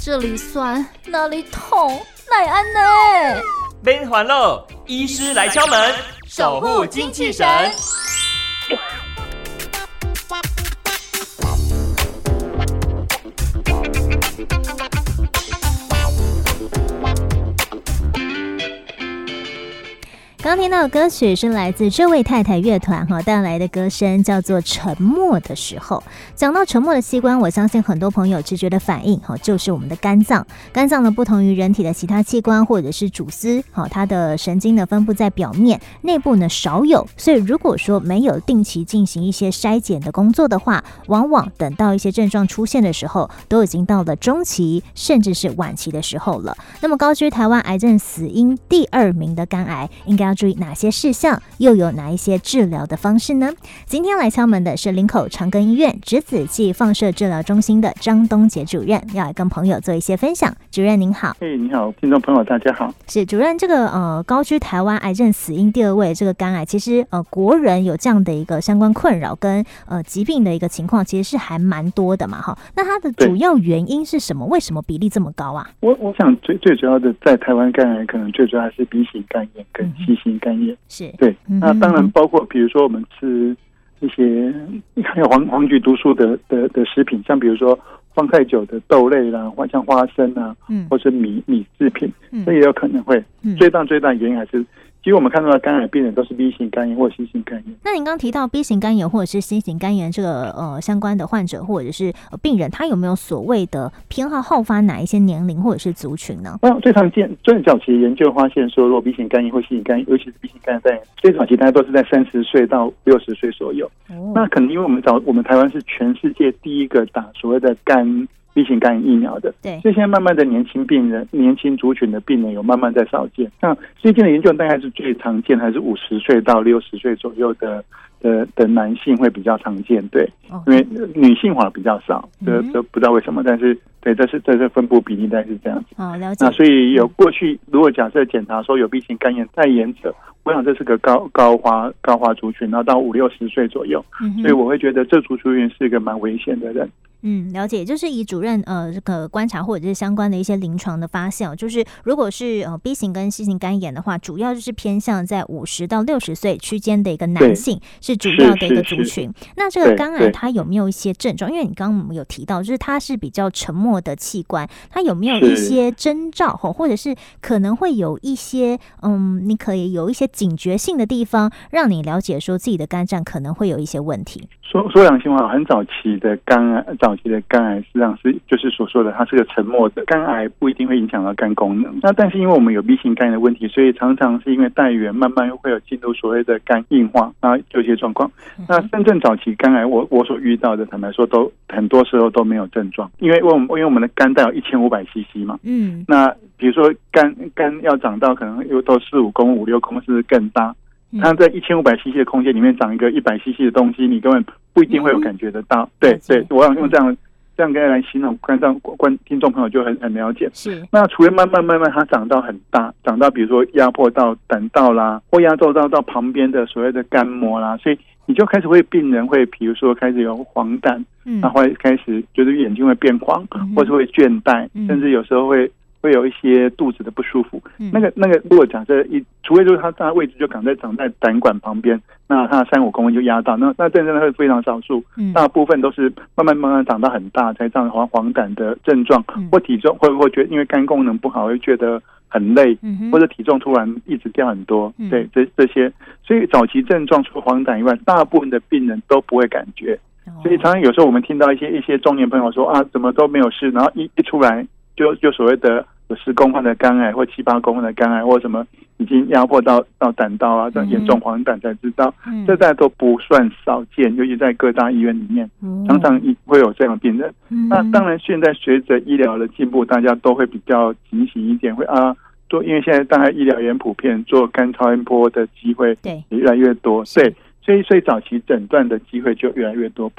这里酸那里痛，奈安呢？ 免烦恼，医师来敲门，守护精气神。 刚听到的歌曲是来自这位太太乐团带来的歌声，叫做《沉默的时候》。讲到沉默的器官，我相信很多朋友直觉的反应就是我们的肝脏。肝脏呢，不同于人体的其他器官或者是主丝，它的神经呢分布在表面，内部呢少有，所以如果说没有定期进行一些筛检的工作的话，往往等到一些症状出现的时候，都已经到了中期甚至是晚期的时候了。那么高居台湾癌症死因第2名的肝癌，应该要注意哪些事项，又有哪一些治疗的方式呢？今天来敲门的是林口长庚医院质子暨放射治疗中心的张东杰主任，要来跟朋友做一些分享。主任您好。 你好，听众朋友大家好。 是主任，这个高居台湾癌症死因第2位这个肝癌，其实国人有这样的一个相关困扰跟疾病的一个情况，其实是还蛮多的嘛哈。那它的主要原因是什么？为什么比例这么高啊？ 我想最主要的，在台湾肝癌可能最主要还是 B 型肝炎跟 C 型肝炎。 是对，那当然包括比如说我们吃一些还有黄菊毒素的食品，像比如说放太久的豆类啦，像花生啊，或是米制品，这也有可能会。最大原因还是，其实我们看到的肝癌病人都是 B 型肝炎或 C 型肝炎。 那您刚提到 B 型肝炎或者是 C 型肝炎这个相关的患者或者是病人，他有没有所谓的偏好发哪一些年龄或者是族群呢？ 最常见最早期研究发现说，如果 B 型肝炎或 C 型肝炎，尤其是 B 型肝炎，最早期大家都是在30岁到60岁左右。那可能因为我们台湾是全世界第一个打所谓的B 型肝炎疫苗的， 对， 所以现在慢慢的年轻族群的病人有慢慢在少见。那最近的研究大概是最常见还是50岁到60岁左右的男性会比较常见，对，因为女性化比较少，这不知道为什么，但是对，这是分布比例大概是这样子。 了解。 那所以有过去如果假设检查说有 B 型肝炎代言者，我想这是个高发族群，然后到50-60岁左右，所以我会觉得这族群是一个蛮危险的人。 了解，就是以主任这个观察或者是相关的一些临床的发现，就是如果是B 型跟 C 型肝炎的话，主要就是偏向在50到60岁区间的一个男性是主要的一个族群。那这个肝癌它有没有一些症状？因为你刚刚有提到，就是它是比较沉默的器官，它有没有一些征兆，或者是可能会有一些你可以有一些警觉性的地方，让你了解说自己的肝脏可能会有一些问题。 说良心话，很早期的肝癌实际上是就是所说的，它是个沉默的肝癌，不一定会影响到肝功能。那但是因为我们有 B 型肝炎的问题，所以常常是因为带源慢慢会有进入所谓的肝硬化，然后有一些状况。那真正早期肝癌，我所遇到的，坦白说都很多时候都没有症状，因为我们的肝带有1500cc 嘛，那比如说肝要长到可能又都4-5公分、5-6公分，甚至更大。它在1500cc 的空间里面长一个100cc 的东西，你根本不一定会有感觉得到。对，我想用这样跟大家来形容，听众朋友就很了解。 是。那除了慢慢它长到很大，长到比如说压迫到胆道啦，或压迫到旁边的所谓的肝膜啦，所以你就开始病人会比如说开始有黄疸，然后会开始就是眼睛会变黄，或是会倦怠，甚至有时候会有一些肚子的不舒服。那个如果假设除非就是它的位置就长在胆管旁边，那它3-5公分就压到，那真的会非常少数，大部分都是慢慢长到很大才长黄疸的症状，或体重会觉得因为肝功能不好会觉得很累，或者体重突然一直掉很多，对，这些，所以早期症状除了黄疸以外，大部分的病人都不会感觉。所以常常有时候我们听到一些中年朋友说怎么都没有事，然后一出来就所谓的有10公分的肝癌或7-8公分的肝癌，或什么已经压迫到胆道啊，这样严重黄疸才知道，这大家都不算少见，尤其在各大医院里面，常常会有这样的病人。那当然，现在随着医疗的进步，大家都会比较警醒一点，会因为现在大概医疗也很普遍，做肝超音波的机会也越来越多，对，所以早期诊断的机会就越来越多，不然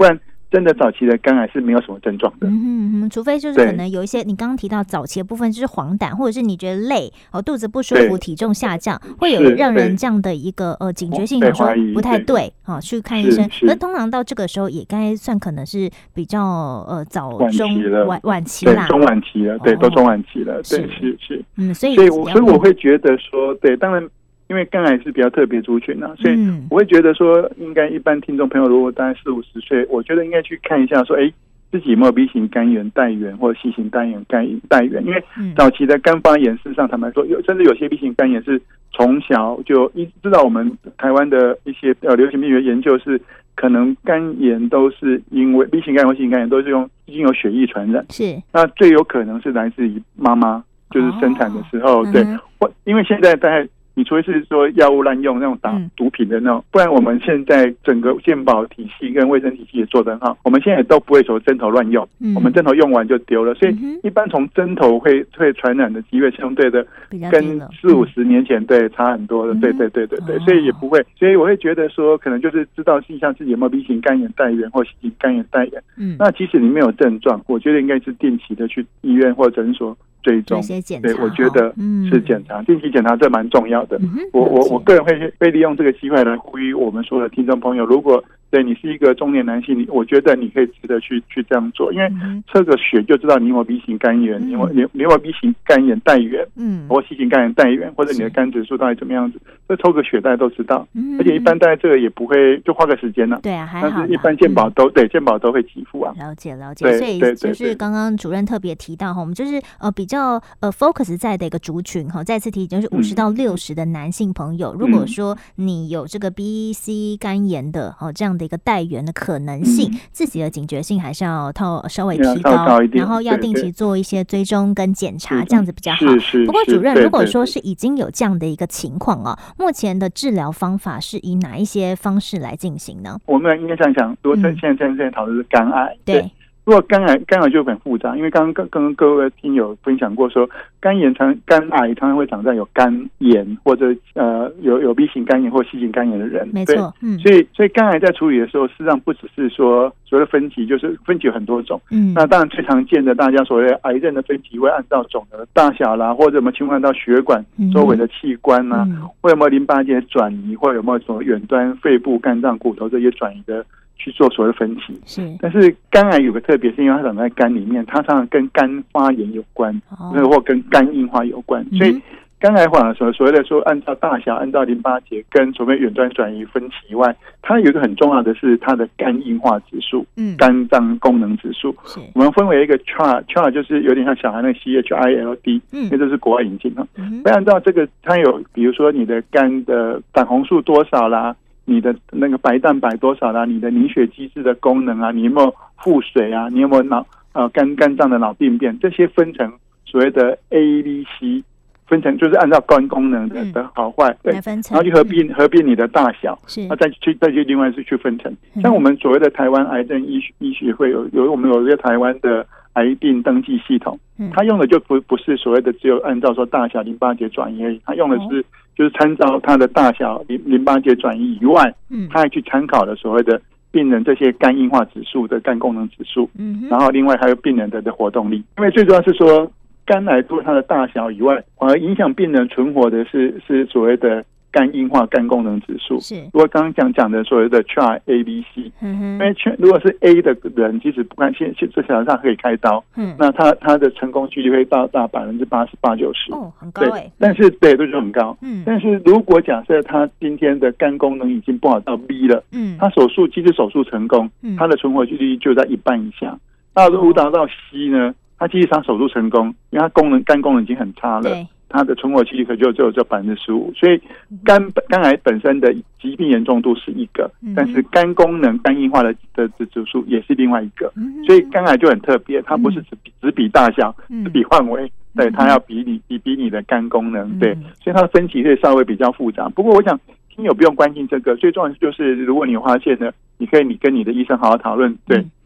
真的早期的肝癌是没有什么症状的。 除非就是可能有一些你刚刚提到早期的部分，就是黄疸，或者是你觉得累肚子不舒服、体重下降，会有让人这样的一个警觉性，想说不太对去看医生。可是通常到这个时候也该算可能是比较早中晚期啦， 中晚期了，对，都中晚期了，对，是，所以我会觉得说，对，当然。因为肝癌是比较特别族群所以我会觉得说，应该一般听众朋友如果大概40-50岁，我觉得应该去看一下说，自己有没有 B 型肝炎带源或者 C 型肝炎带源，因为早期的肝发炎，事实上坦白说，甚至有些 B 型肝炎是从小就知道我们台湾的一些流行病学研究是，可能肝炎都是因为 B 型肝炎或 C 型肝炎都是经由血液传染，是那最有可能是来自于妈妈，就是生产的时候，对，因为现在大概。你除非是说药物滥用那种打毒品的那种，不然我们现在整个健保体系跟卫生体系也做得很好，我们现在都不会说针头乱用，我们针头用完就丢了，所以一般从针头会传染的机会相对的跟40-50年前对差很多的，对，所以也不会，所以我会觉得说可能就是知道一下自己有没有 B 型肝炎带源或 C 型肝炎带源，那即使你没有症状，我觉得应该是定期的去医院或诊所追踪，对，我觉得是检查，定期检查这蛮重要的。我个人会利用这个机会来呼吁我们所有的听众朋友，如果对你是一个中年男性，我觉得你可以值得去这样做，因为测个血就知道你有没有 B 型肝炎，你有没有 B 型肝炎带源，或 C 型肝炎带源，或者你的肝指数到底怎么样子，这抽个血大家都知道，而且一般大概这个也不会就花个时间了， 对啊，还好， 但是一般健保都会给付啊。 了解，所以就是刚刚主任特别提到我们就是比较focus 在的一个族群再次提醒，就是50到60的男性朋友，如果说你有这个 B、C 肝炎的这样的一个带源的可能性，自己的警觉性还是要稍微提高，然后要定期做一些追踪跟检查，这样子比较好。不过主任，如果说是已经有这样的一个情况目前的治疗方法是以哪一些方式来进行呢？我们应该想想，如果现在讨论的是肝癌，对。如果肝癌就很复杂，因为刚刚跟各位听友分享过说，肝癌常常会长在有肝炎或者有 B 型肝炎或 C 型肝炎的人，没错，所以肝癌在处理的时候，事实上不只是说所谓的分级，就是分级有很多种，那当然最常见的大家所谓的癌症的分级会按照肿的大小啦，或者有没有侵犯到血管周围的器官啦，或有没有淋巴结转移，或有没有什么远端肺部、肝脏、骨头这些转移的。去做所谓的分期，但是肝癌有个特别，是因为它长在肝里面，它常常跟肝发炎有关，或跟肝硬化有关，所以肝癌反而所谓的说按照大小、按照淋巴结跟所谓远端转移分期以外，它有一个很重要的是它的肝硬化指数，肝脏功能指数，我们分为一个 chart 就是有点像小孩那个 CHILD，因为这是国外引进会按照这个，它有比如说你的肝的胆红素多少啦。你的那个白蛋白多少啦？你的凝血机制的功能啊？你有没有腹水啊？你有没有肝脏的脑病变？这些分成所谓的 A、B、C， 分成就是按照肝功能的好坏，对，然后去合并你的大小，那再去另外去分成。像我们所谓的台湾癌症医学会我们有一个台湾的癌病登记系统，它用的就不是所谓的只有按照说大小淋巴结转移而已，它用的是就是参照它的大小淋巴结转移以外，它还去参考了所谓的病人这些肝硬化指数的肝功能指数，然后另外还有病人的活动力，因为最主要是说肝癌除了它的大小以外，反而影响病人存活的是所谓的肝硬化肝功能指数。是，如果刚刚讲的所谓的 chart A、B、C， 因为如果是 A 的人，其实不看现在上可以开刀，那他的成功几率会到达88%-90%，哦，很高哎。但是对，都是很高。但是如果假设他今天的肝功能已经不好到 B 了，他即使手术成功，他的存活几率就在一半以下。那如果达到 C 呢？他即使他手术成功，因为他肝功能已经很差了，他的存活几率可就只有15%。所以肝癌本身的疾病严重度是一个，但是肝功能肝硬化的指数也是另外一个。所以肝癌就很特别，它不是只比大小，只比范围，对，它要比你的肝功能，对，所以它的分期会稍微比较复杂。不过我想听友不用关心这个，最重要的就是如果你有发现呢，你可以跟你的医生好好讨论，对，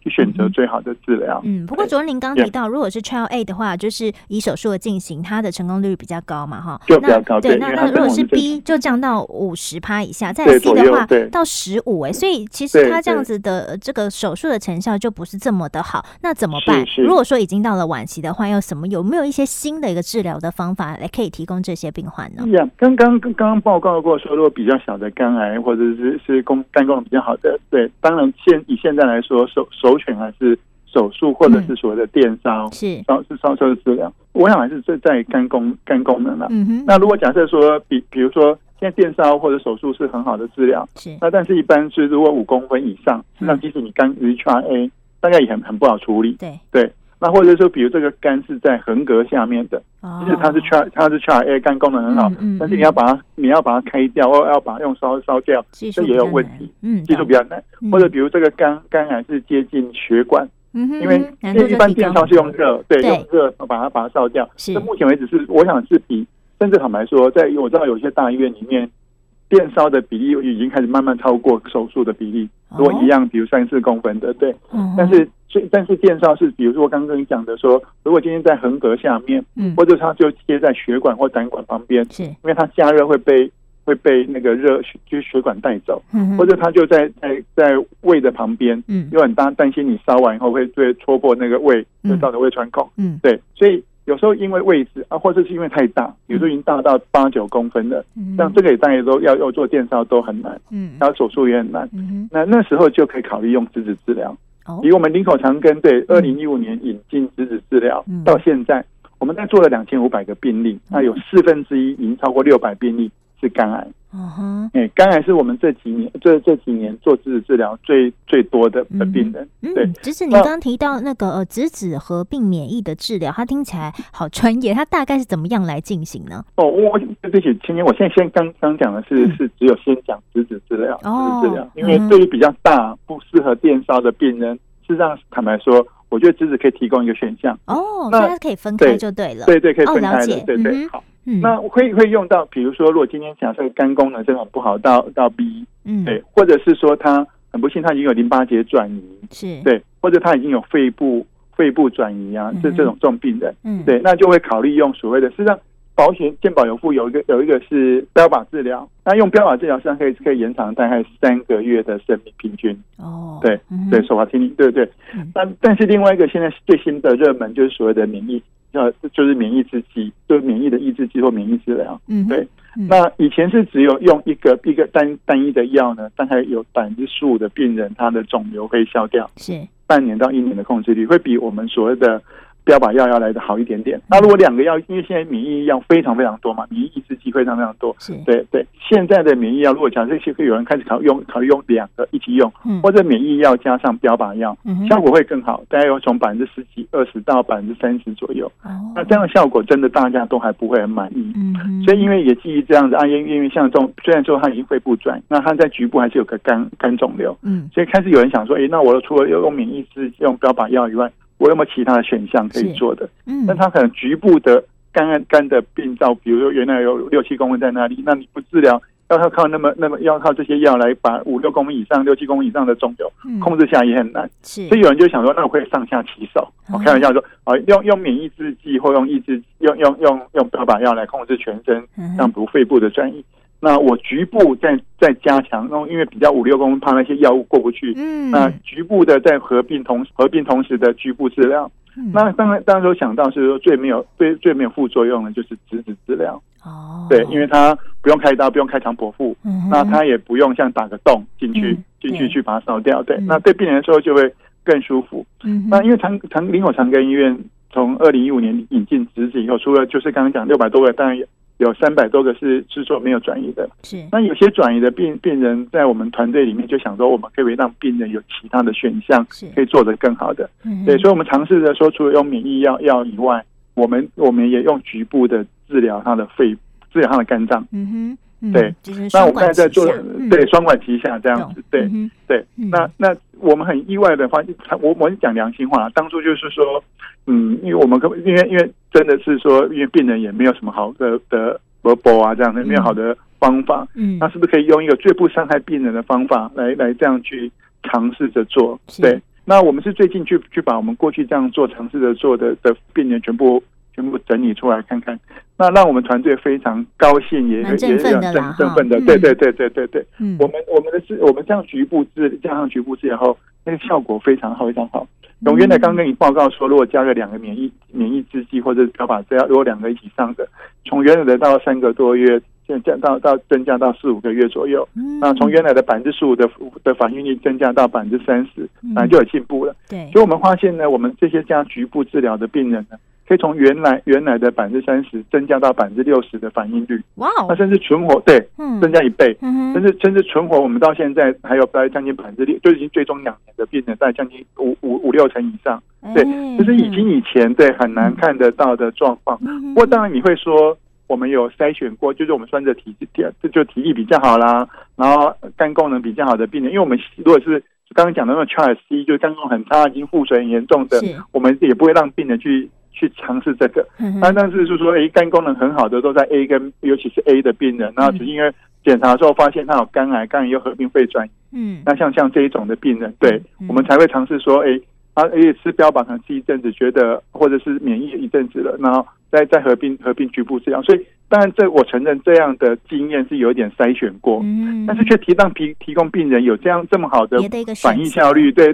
去选择最好的治疗。 不过主任您刚提到，如果是 Trial A 的话，就是以手术的进行，它的成功率比较高嘛，哈， 就比较高。对， 那如果是 B 就降到50%以下，再 C 的话到15%，所以其实它这样子的这个手术的成效就不是这么的好。那怎么办？如果说已经到了晚期的话，有没有一些新的一个治疗的方法来可以提供这些病患呢？ 刚刚报告过说，如果比较小的肝癌或者是肝功能比较好的，对，当然以现在来说，首选还是手术或者是所谓的电烧，是烧的治疗。我想还是在肝功能了。那如果假设说，比如说现在电烧或者手术是很好的治疗，那但是一般是如果5公分以上，那即使你肝于 Trial A， 大概也很不好处理。对。那或者说，比如这个肝是在横膈下面的，即使它是 Trial A 肝功能很好，但是你要把它开掉，或要把它用烧掉，这也有问题，技术比较难。或者比如这个肝癌是接近血管，因为一般电烧是用热，对，用热把它烧掉。那目前为止我想是比，甚至坦白说，我知道有些大医院里面，电烧的比例已经开始慢慢超过手术的比例。如果一样，比如3-4公分的，对，但是电烧是，比如说我刚刚跟你讲的说，如果今天在横膈下面，或者它就接在血管或胆管旁边，因为它加热会被那个热就是血管带走，或者它就在胃的旁边，又很担心你烧完以后会戳破那个胃，就造成胃穿孔，对，所以有时候因为位置啊，或者是因为太大，比如说已经大到8-9公分了，像这个也大家都要做电烧都很难，然后手术也很难，那时候就可以考虑用质子治疗。以我们林口长庚对2015年引进质子治疗到现在，我们在做了2500个病例，那有1/4已经超过600病例是肝癌。肝癌是我们这几年做质子治疗最多的病人。对， 只是你刚刚提到那个质子合并免疫的治疗，它听起来好专业，它大概是怎么样来进行呢？ 对不起，青年，我现在刚讲的是只有先讲质子治疗，因为对于比较大不适合电烧的病人，事实上坦白说，我觉得质子可以提供一个选项。 所以它可以分开就对了。 对，可以分开的。 了解。 对，好。那会用到，比如说，如果今天假设肝功能真的很不好，到 B， 对，或者是说他很不幸他已经有淋巴结转移，对，或者他已经有肺部转移啊，这种病人，对，那就会考虑用所谓的，事实上保险健保有付有一个是标靶治疗，那用标靶治疗实际上可以延长大概3个月的生命平均。对，手法听力，对。但是另外一个现在最新的热门就是所谓的免疫。就是免疫制剂，就是免疫的抑制剂或免疫治疗。对。那以前是只有用一个单一的药呢，大概有15%的病人他的肿瘤可以消掉，是半年到1年的控制率，会比我们所谓的标靶药要来的好一点点。那如果2个药，因为现在免疫药非常非常多嘛，免疫抑制剂非常非常多，对。现在的免疫药，如果假设有人开始考虑用2个一起用，或者免疫药加上标靶药，效果会更好，大概有从10%、20%到30%左右。那这样的效果真的大家都还不会很满意。所以因为也基于这样子啊，因为像这种虽然说它已经肺部转，那它在局部还是有个肝肿瘤，所以开始有人想说，那我除了用免疫制用标靶药以外，我有没有其他的选项可以做的？但它可能局部的肝的病灶，比如说原来有6-7公分在那里，那你不治疗，要靠要靠这些药来把5-6公分以上、6-7公分以上的肿瘤控制下来也很难。所以有人就想说，那我可以上下其手。我开玩笑说，用免疫制剂或用用标靶药来控制全身，让如肺部的转移。那我局部再加强，因为比较5-6公分，怕那些药物过不去。那局部的再合并同时的局部治疗。那当然都想到是说最没有副作用的就是质子治疗。对，因为它不用开刀，不用开肠剖腹，那它也不用像打个洞进去去把它烧掉。对，那对病人来说就会更舒服。那因为林口长庚医院从2015年引进质子以后，除了就是刚刚讲600多个，当然有300多个是说没有转移的。那有些转移的病人在我们团队里面就想说，我们可以让病人有其他的选项可以做得更好的。对，所以我们尝试着说，除了用免疫药以外，我们也用局部的治疗他的治疗他的肝脏。对，那我们刚才在做对双管齐下这样子。对。那我们很意外的发现，我讲良心话，当初就是说，因为我们因为真的是说，因为病人也没有什么好的啊这样的没有好的方法，那是不是可以用一个最不伤害病人的方法来这样去尝试着做？对， 那我们是最近去把我们过去这样尝试的做的病人全部整理出来看看，那让我们团队非常高兴，也振奋的啦， 振奋的，对。我们这样局部加上局部治疗后，那个效果非常好，非常好。从原来刚跟你报告说，如果加个2个免疫制剂或者标靶治疗，如果2个一起上的，从原来的到3个多月，现在增加到4-5个月左右。那从原来的15%的反应率增加到30%，就有进步了。 对， 所以我们发现呢，我们这些加局部治疗的病人呢，可以从原来的30%增加到60%的反应率。 哇哦！ 那甚至存活增加1倍，甚至存活我们到现在还有大概将近6%，就已经追踪2年的病人，大概将近5-6成以上。对，就是已经以前很难看得到的状况。不过当然你会说，我们有筛选过，就是我们算着体液比较好啦，然后肝功能比较好的病人，因为我们如果是刚刚讲的那种 Child C， 就是肝功能很差，已经腹水很严重的，我们也不会让病人去尝试这个。但是就是说，肝功能很好的都在 A 跟尤其是 A 的病人，然后只是因为检查之后发现他有肝癌又合并肺转移。那像这一种的病人，对，我们才会尝试说，吃标靶可能吃一阵子，觉得或者是免疫一阵子了，然后再合并局部治疗。所以当然我承认这样的经验是有一点筛选过，但是却提供病人有这么好的反应效率。对。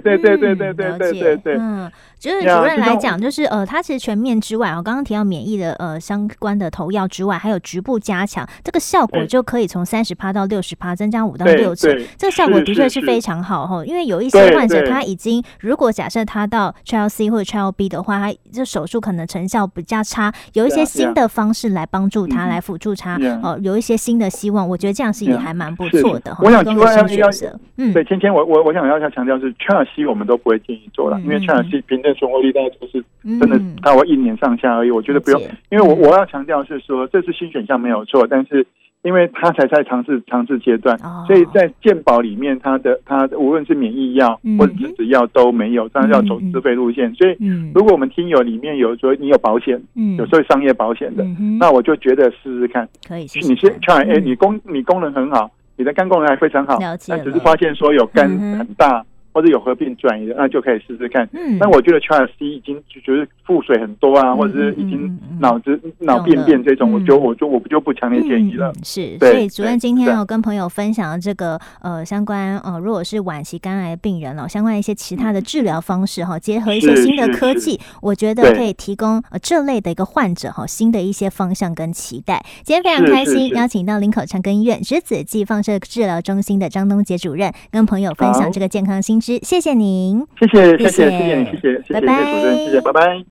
就是主任来讲，就是它其实全面之外，我刚刚提到免疫的相关的投药之外，还有局部加强，这个效果就可以从30%到60%，增加5到6成。这个效果的确是非常好因为有一些患者他已经，如果假设他到 Trial C 或者 Trial B 的话，他这手术可能成效比较差，有一些新的方式来帮助他，来辅助他，有一些新的希望。我觉得这样是也还蛮不错的。 我想对，芊芊，我想要强调是 Trial C 我们都不会建议做了，因为 Trial C 凭证存活率大概都是真的大概1年上下而已，我觉得不用。因为我要强调是说，这是新选项没有错，但是因为它才在尝试阶段，所以在健保里面，它无论是免疫药或者质子药都没有，它要走自费路线。所以如果我们听友里面有说你有保险，有时候商业保险的，那我就觉得试试看， 可以试试看。你是看你功能很好，你的肝功能还非常好，但只是发现说有肝很大。或者有合并转移的，那就可以试试看。但我觉得 Child C 已经就是腹水很多啊，或者是已经脑病变这种，我就不强烈建议了。 是，所以主任今天要跟朋友分享这个相关如果是晚期肝癌病人相关一些其他的治疗方式结合一些新的科技，我觉得可以提供这类的一个患者新的一些方向跟期待。今天非常开心邀请到林口长庚医院质子暨放射治疗中心的张东杰主任跟朋友分享这个健康新知。谢谢您， 谢谢你，谢谢主任，谢谢，拜拜。